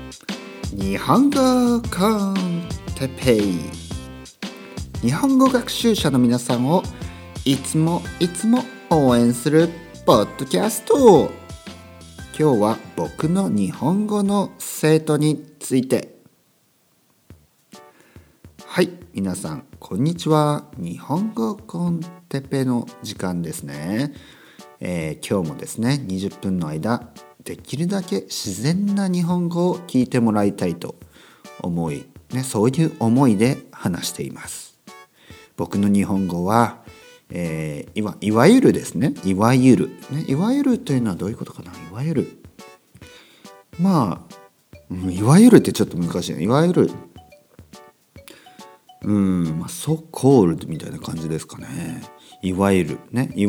日本語コンテペイ。日本語学習者の皆さんをいつも応援するポッドキャスト。今日は僕の日本語の生徒について。はい、皆さんこんにちは。日本語コンテペの時間ですね。今日もですね20分の間できるだけ自然な日本語を聞いてもらいたいと思い、そういう思いで話しています。僕の日本語は、いわゆるですねいわゆるというのはどういうことかな。いわゆるいわゆるってちょっと難しい。いわゆるso called みたいな感じですかね。いわゆる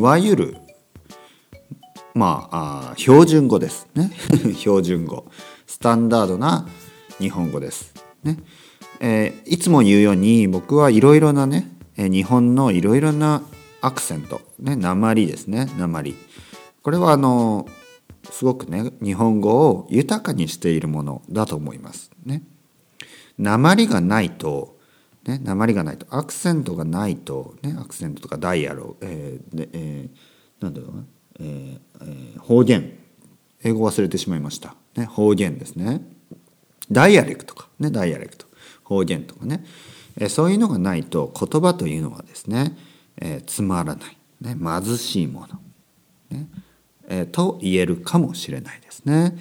標準語ですね標準語、スタンダードな日本語ですね。いつも言うように僕はいろいろなね、日本のいろいろなアクセント、訛りですね。訛り、これはすごくね日本語を豊かにしているものだと思いますね。訛りがないとアクセントがないと、アクセントとかダイアログ、なんだろうな、方言、英語忘れてしまいました、方言ですね。ダイアレクト、方言とかね、そういうのがないと言葉というのはですね、つまらない、貧しいもの、と言えるかもしれないですね。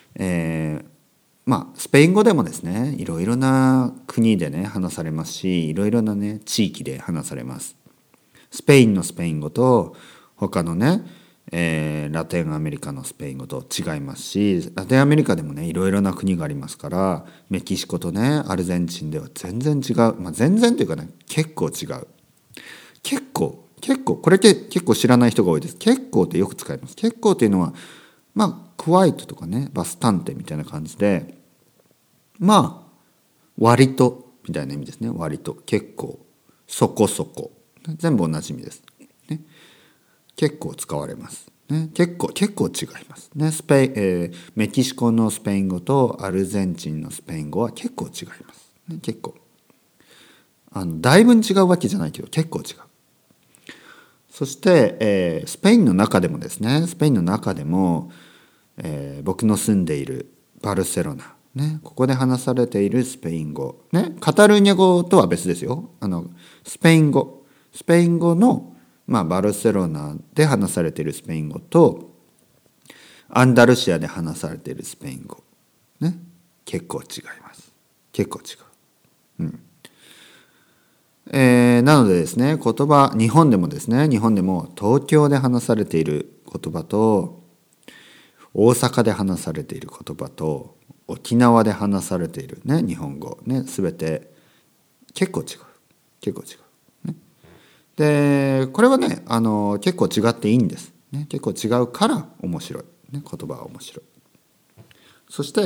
スペイン語でもですねいろいろな国でね話されますし、いろいろなね地域で話されます。スペインのスペイン語と他のねラテンアメリカのスペイン語と違いますし、ラテンアメリカでもねいろいろな国がありますから、メキシコとねアルゼンチンでは全然違う、全然というかね結構違う。結構これ結構知らない人が多いです。結構ってよく使います。結構っていうのはクワイトとかねバスタンテみたいな感じで、割とみたいな意味ですね。割と、結構、そこそこ、全部同じ意味です、結構使われます、結構違いますね。メキシコのスペイン語とアルゼンチンのスペイン語は結構違います、結構だいぶ違うわけじゃないけど結構違う。そして、スペインの中でもですね僕の住んでいるバルセロナ、ここで話されているスペイン語、カタルーニャ語とは別ですよ。スペイン語の、バルセロナで話されているスペイン語とアンダルシアで話されているスペイン語、結構違います。結構違う。なのでですね、日本でも東京で話されている言葉と大阪で話されている言葉と沖縄で話されている日本語全て結構違う。でこれはね結構違っていいんです、結構違うから面白い、言葉は面白い。そして、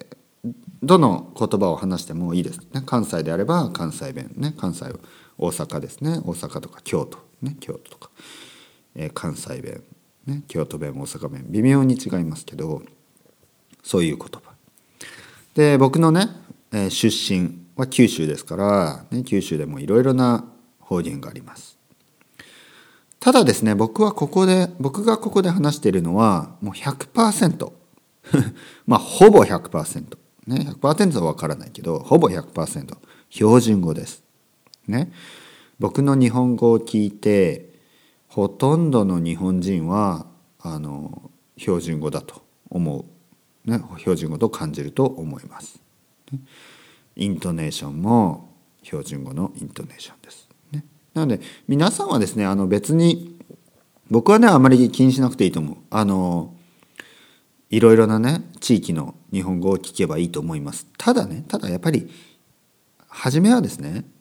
どの言葉を話してもいいです、関西であれば関西弁、関西は大阪ですね。大阪とか京都とか、関西弁、京都弁、大阪弁、微妙に違いますけど、そういう言葉で、僕の出身は九州ですから、九州でもいろいろな方言があります。ただですね、僕がここで話しているのはもう 100% ほぼ 100%、100% は分からないけどほぼ 100% 標準語です、僕の日本語を聞いてほとんどの日本人は標準語だと思う、標準語と感じると思います。イントネーションも標準語のイントネーションです、なので皆さんはですね別に僕はあまり気にしなくていいと思う。いろいろな地域の日本語を聞けばいいと思います。ただやっぱり初めは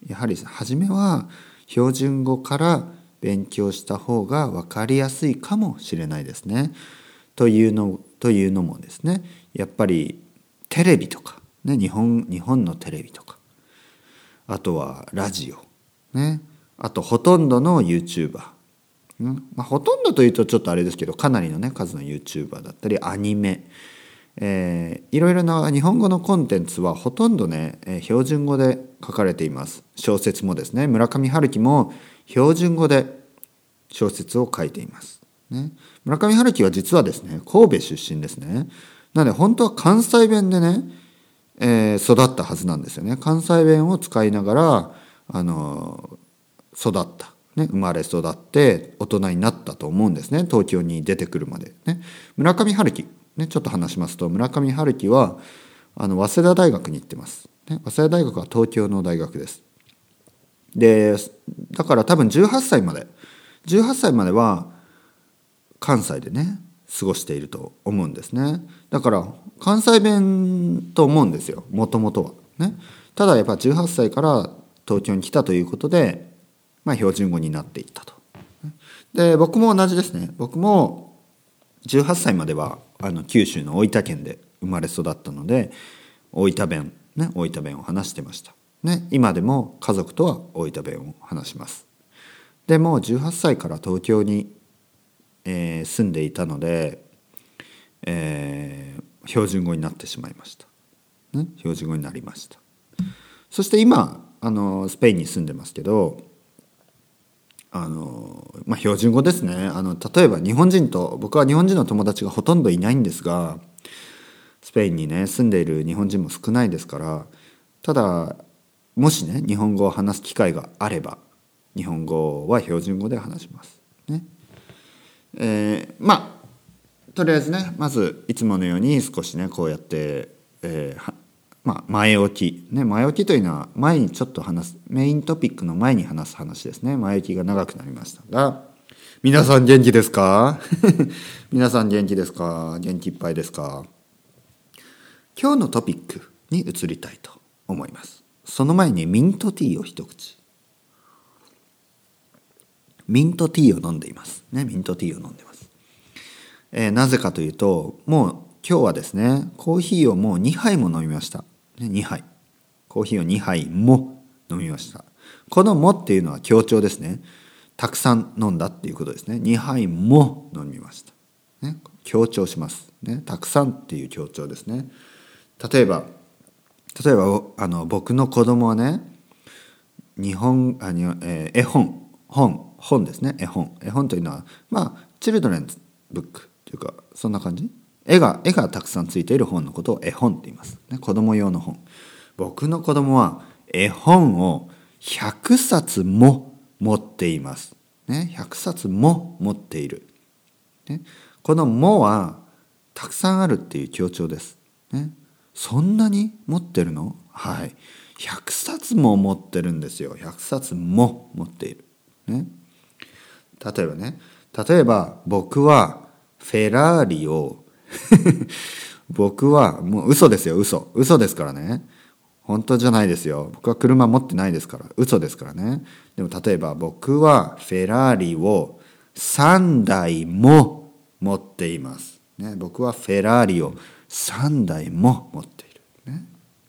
標準語から勉強した方が分かりやすいかもしれないですね。というのもですね、やっぱりテレビとか、日本のテレビとか、あとはラジオ、あとほとんどの YouTuber、ほとんどというとちょっとあれですけど、かなりの数の YouTuber だったりアニメ、 いろいろな日本語のコンテンツはほとんどね、標準語で書かれています。小説もですね、村上春樹も標準語で小説を書いています、ね。村上春樹は実はですね、神戸出身ですね。なので本当は関西弁でね、育ったはずなんですよね。関西弁を使いながら育った、ね、生まれ育って大人になったと思うんですね。東京に出てくるまで、ね。村上春樹、ね、ちょっと話しますと、村上春樹は早稲田大学に行ってます、ね。早稲田大学は東京の大学です。でだから多分18歳までは関西でね過ごしていると思うんですね。だから関西弁と思うんですよ、もともとはね。ただやっぱ18歳から東京に来たということで、標準語になっていったと。で僕も同じですね。僕も18歳までは九州の大分県で生まれ育ったので大分弁を話してました、ね。今でも家族とは大分弁を話します。でも18歳から東京に住んでいたので、標準語になってしまいました、ね。標準語になりました。そして今スペインに住んでますけど標準語ですね。例えば僕は日本人の友達がほとんどいないんですが、スペインにね住んでいる日本人も少ないですから、ただもしね日本語を話す機会があれば日本語は標準語で話しますね。とりあえずね、まずいつものように少しねこうやって、前置きね、前置きというのは前にちょっと話すメイントピックの前に話す話ですね。前置きが長くなりましたが、皆さん元気ですか？皆さん元気ですか？元気いっぱいですか？今日のトピックに移りたいと思います。その前にミントティーを一口。ミントティーを飲んでいますね。ミントティーを飲んでます。なぜかというと、もう今日はですねコーヒーをもう2杯も飲みました、ね。2杯コーヒーを2杯も飲みました。このもっていうのは強調ですね。たくさん飲んだっていうことですね。2杯も飲みました、ね。強調します、ね。たくさんっていう強調ですね。例えば僕の子供はね絵本ですね。絵本というのはチルドレンズブックというかそんな感じ。絵がたくさんついている本のことを絵本って言います、ね。子供用の本。僕の子供は絵本を100冊も持っています、ね。100冊も持っている、ね。このもはたくさんあるっていう強調です、ね。そんなに持ってるの？はい。100冊も持ってるんですよ。100冊も持っている、ね。例えば僕はフェラーリを僕はもう嘘ですよ。嘘ですからね。本当じゃないですよ。僕は車持ってないですから。嘘ですからね。でも例えば僕はフェラーリを3台も持っています、ね。僕はフェラーリを3台も持っている、ね。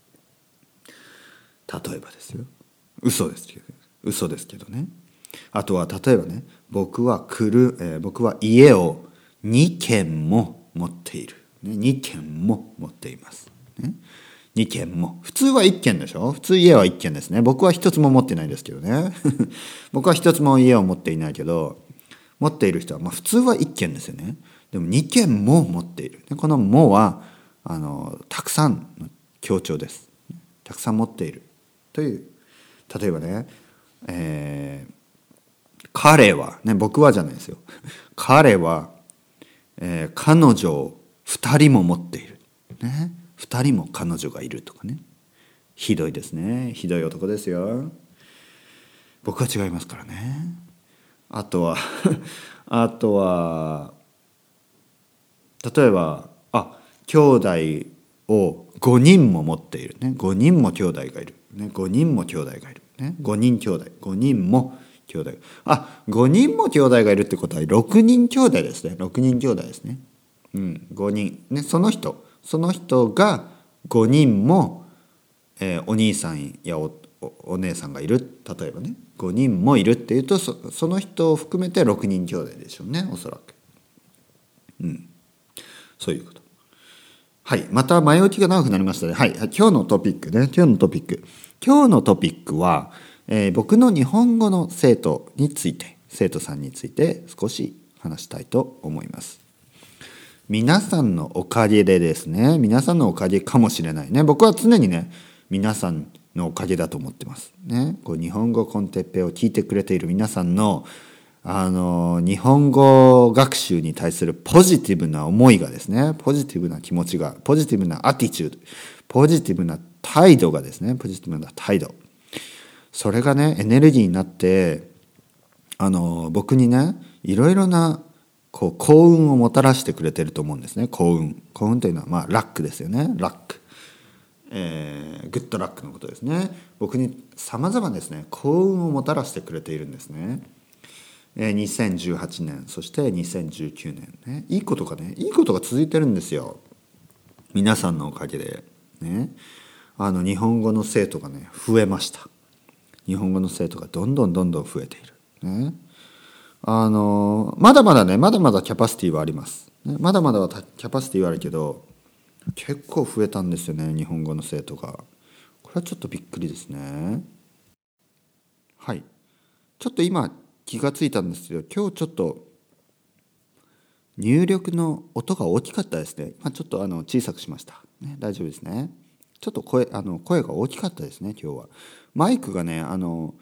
例えばですよ。嘘ですけどね。あとは例えばね、僕は家を2軒も持っている、ね。2軒も持っています、ね。2軒も。普通は1軒でしょ。普通家は1軒ですね。僕は1つも持ってないですけどね。僕は1つも家を持っていないけど、持っている人は普通は1軒ですよね。でも2軒も持っている。このもはたくさんの強調です。たくさん持っているという。例えばね、彼はね、僕はじゃないですよ。彼は、彼女を2人も持っている、ね。2人も彼女がいるとかね。ひどいですね。ひどい男ですよ。僕は違いますからね。あとは例えば兄弟を5人も持っている、ね。5人も兄弟がいる、ね。5人も兄弟がいる、ね。5人兄弟5人も兄弟5人も兄弟がいるってことは6人兄弟ですね。6人兄弟ですね。5人、ね。その人が5人も、お兄さんやお姉さんがいる。例えばね5人もいるっていうとその人を含めて6人兄弟でしょうね、おそらく。そういうこと。 はい、また前置きが長くなりましたね。はい、今日のトピックね、今日のトピックは、僕の日本語の生徒さんについて少し話したいと思います。皆さんのおかげでですね、皆さんのおかげかもしれないね。僕は常にね、皆さんのおかげだと思ってますね。こう日本語コンテッペを聞いてくれている皆さんの日本語学習に対するポジティブな思いがですね、ポジティブな気持ちが、ポジティブなアティチュード、ポジティブな態度がですね、ポジティブな態度、それがね、エネルギーになって、僕にね、いろいろなこう幸運をもたらしてくれてると思うんですね。幸運というのはまあラックですよね。ラック、グッドラックのことですね。僕にさまざまですね、幸運をもたらしてくれているんですね。2018年そして2019年ね、いいことが続いてるんですよ。皆さんのおかげでね、日本語の生徒がね増えました。日本語の生徒がどんどん増えているね。まだまだキャパシティはあります、ね、まだまだキャパシティはあるけど、結構増えたんですよね、日本語の生徒が。これはちょっとびっくりですね。はい、ちょっと今気がついたんですけど、今日ちょっと入力の音が大きかったですね。今ちょっと小さくしました、ね、大丈夫ですね。ちょっと声が大きかったですね今日は。マイクがね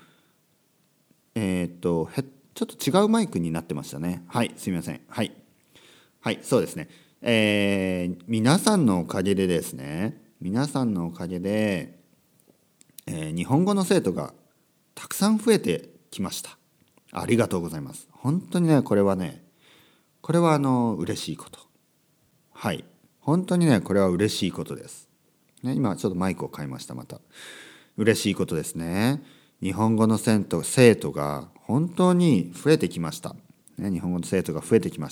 ちょっと違うマイクになってましたね。はい、すみません。はい、はい、そうですね。皆さんのおかげでですね、皆さんのおかげで、日本語の生徒がたくさん増えてきました。ありがとうございます。本当にね、これは嬉しいこと。はい、本当にね、これは嬉しいことです。ね、今ちょっとマイクを変えました。また嬉しいことですね。日本語の生徒が本当に増えてきました。ね、日本語の生徒が増えてきました。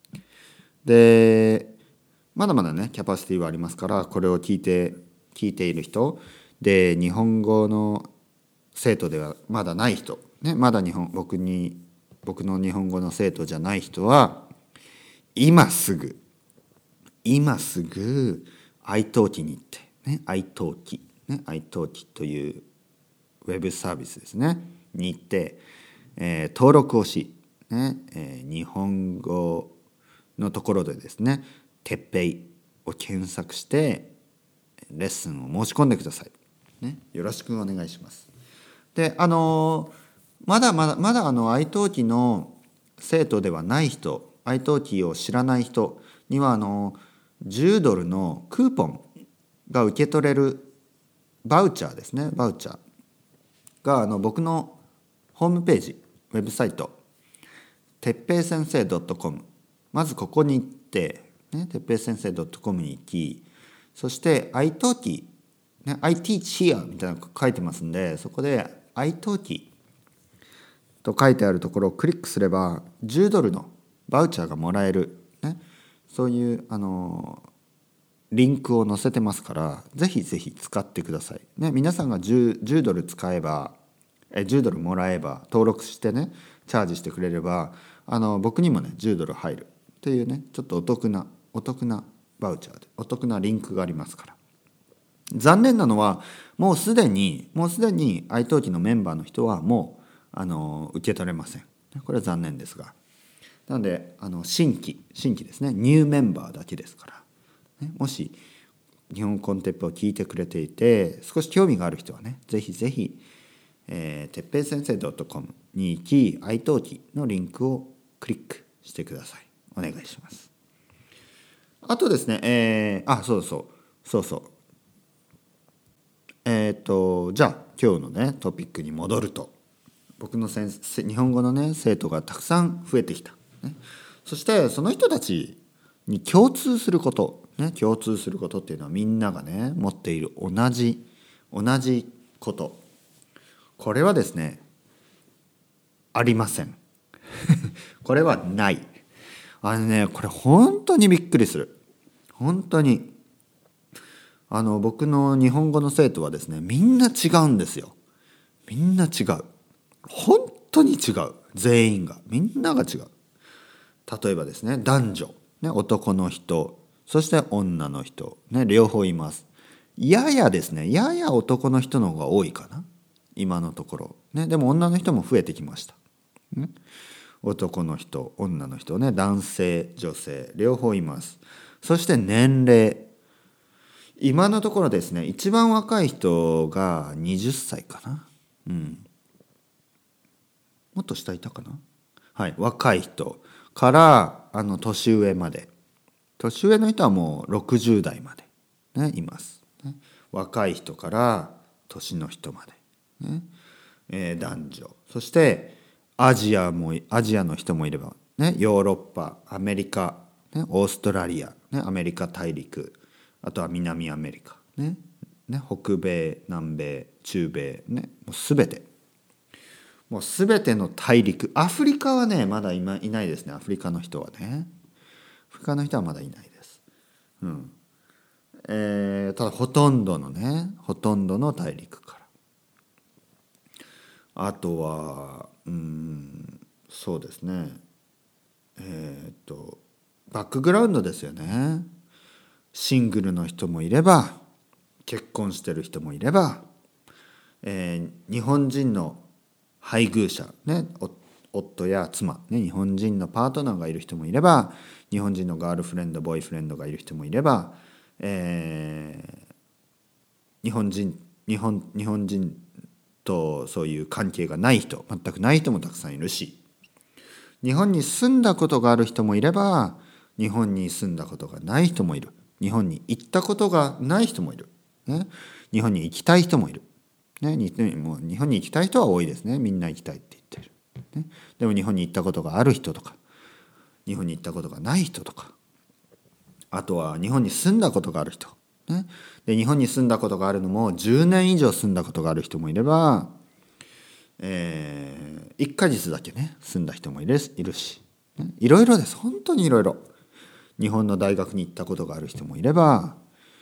で、まだまだね、キャパシティはありますから、これを聞いている人で、日本語の生徒ではまだない人、ね、まだ僕の日本語の生徒じゃない人は、今すぐiTalkiに行って、ね、iTalkiというウェブサービスですねに行って、登録をし、ね、日本語のところでですね、てっぺいを検索してレッスンを申し込んでください、ね、よろしくお願いします。で、まだiTalkiの生徒ではない人、iTalkiを知らない人には10ドルのクーポンが受け取れるバウチャーですね。バウチャーが僕のホームページ、ウェブサイト、てっぺい先生 .com、 まずここに行って、ね、てっぺい先生 .com に行き、そして iTalki、ね、I teach here みたいなの書いてますんで、そこで iTalki と書いてあるところをクリックすれば10ドルのバウチャーがもらえる、ね、そういうリンクを載せてますから、ぜひぜひ使ってください、ね、皆さんが 10ドル使えば10ドルもらえば、登録してねチャージしてくれれば僕にもね10ドル入るっていうね、ちょっとお得なバウチャーでお得なリンクがありますから。残念なのはもうすでにiTalki のメンバーの人はもう受け取れません。これは残念ですが、なので新規ですね、ニューメンバーだけですから、ね、もし日本コンテッペを聞いてくれていて少し興味がある人はね、ぜひぜひ、てっぺい先生 .com に行き iTalki のリンクをクリックしてください。お願いします。あとですね、じゃあ今日のねトピックに戻ると、僕の日本語のね生徒がたくさん増えてきた、ね、そしてその人たちに共通すること、ね、共通することっていうのはみんながね持っている同じこと、これはですねありませんこれはない。これ本当にびっくりする。本当に僕の日本語の生徒はですね、みんな違うんですよ。みんな違う。本当に違う。みんなが違う。例えばですね、男女、ね、男の人、 そして女の人、ね、両方います。ややですね、やや男の人の方が多いかな今のところ、ね、でも女の人も増えてきました、ね、男の人女の人ね、男性女性両方います。そして年齢、今のところですね、一番若い人が20歳かな、もっと下いたかな、はい、若い人から年上まで、年上の人はもう60代まで、ね、います、ね、若い人から年の人まで、ね、男女、そしてアジアの人もいれば、ね、ヨーロッパ、アメリカ、ね、オーストラリア、ね、アメリカ大陸、あとは南アメリカ、ね、北米、南米、中米、ね、もう全ての大陸、アフリカはねまだいないですね。アフリカの人はね、アフリカの人はまだいないです。ただほとんどの大陸から、あとはそうですね、バックグラウンドですよね。シングルの人もいれば、結婚してる人もいれば、日本人の配偶者、ね、夫や妻、ね、日本人のパートナーがいる人もいれば、日本人のガールフレンドボーイフレンドがいる人もいれば、日本人とそういう関係がない人、全くない人もたくさんいるし、日本に住んだことがある人もいれば、日本に住んだことがない人もいる、日本に行ったことがない人もいる、ね、日本に行きたい人もいる、ね、もう日本に行きたい人は多いですね。みんな行きたいって言ってる、ね、でも日本に行ったことがある人とか、日本に行ったことがない人とか、あとは日本に住んだことがある人、ね、で日本に住んだことがあるのも10年以上住んだことがある人もいれば、1ヶ月だけね住んだ人もいるし、ね、いろいろです。本当にいろいろ。日本の大学に行ったことがある人もいれば、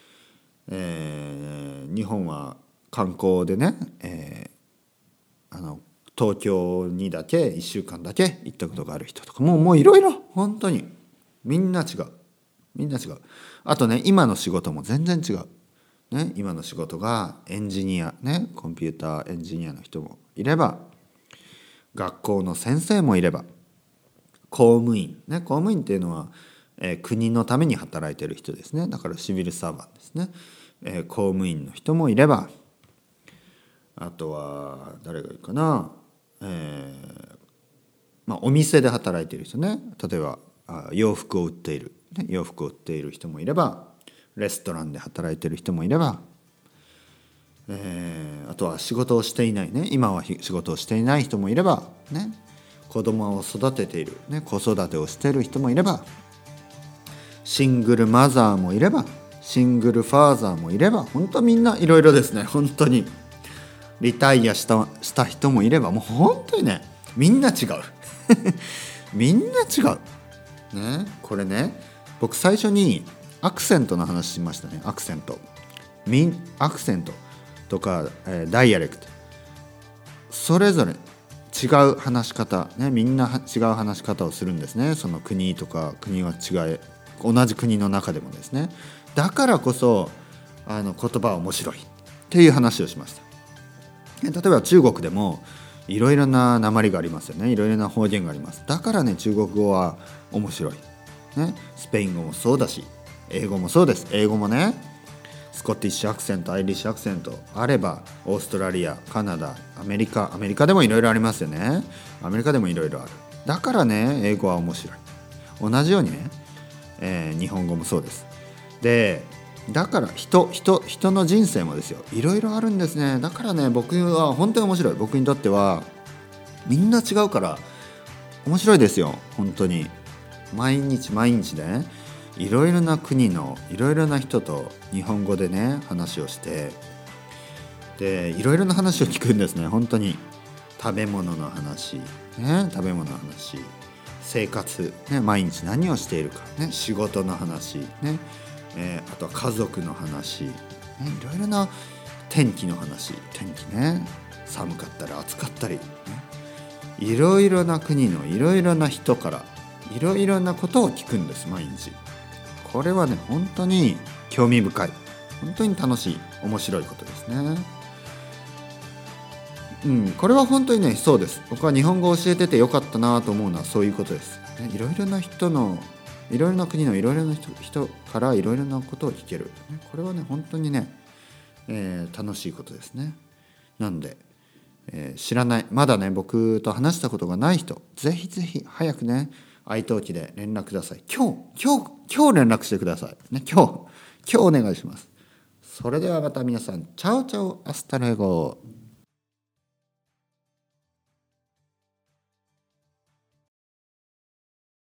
日本は観光でね、東京にだけ1週間だけ行ったことがある人とか、もういろいろ、本当にみんな違う。あとね、今の仕事も全然違う、ね、今の仕事がエンジニア、ね、コンピューターエンジニアの人もいれば、学校の先生もいれば、公務員、ね、公務員っていうのは、国のために働いている人ですね。だからシビルサーバンですね。公務員の人もいれば、あとは誰がいるかな、お店で働いている人ね。例えば洋服を売っている人もいれば、レストランで働いている人もいれば、あとは仕事をしていないね、今は仕事をしていない人もいれば、ね、子供を育てている、ね、子育てをしている人もいれば、シングルマザーもいれば、シングルファーザーもいれば、本当みんないろいろですね。本当にリタイアした人もいれば、もう本当にね、みんな違うみんな違う、ね、これね、僕最初にアクセントの話しましたね。アクセントとか、ダイアレクト、それぞれ違う話し方、ね、みんな違う話し方をするんですね。その国とか国は違い、同じ国の中でもですね。だからこそ言葉は面白いっていう話をしました。例えば中国でもいろいろな訛りがありますよね。いろいろな方言があります。だからね、中国語は面白い、ね、スペイン語もそうだし、英語もそうです。英語もね、スコティッシュアクセント、アイリッシュアクセントあれば、オーストラリア、カナダ、アメリカでもいろいろありますよね。アメリカでもいろいろある。だからね、英語は面白い。同じようにね、日本語もそうです。で、だから人の人生もですよ、いろいろあるんですね。だからね、僕は本当に面白い。僕にとってはみんな違うから面白いですよ。本当に毎日ね、いろいろな国のいろいろな人と日本語でね話をして、でいろいろな話を聞くんですね。本当に食べ物の話、ね、生活、ね、毎日何をしているか、ね、仕事の話、ね、あとは家族の話、ね、いろいろな天気の話、天気ね、寒かったり暑かったり、ね、いろいろな国のいろいろな人からいろいろなことを聞くんです。毎日これはね本当に興味深い、本当に楽しい面白いことですね。これは本当にねそうです。僕は日本語を教えててよかったなと思うのはそういうことです、ね、いろいろな人のいろいろな国のいろいろな人からいろいろなことを聞ける、これはね本当にね、楽しいことですね。なんで、知らないまだね僕と話したことがない人、ぜひぜひ早くね愛登記で連絡ください。今日連絡してください、ね、今日お願いします。それではまた皆さん、チャオチャオアスタルエゴ。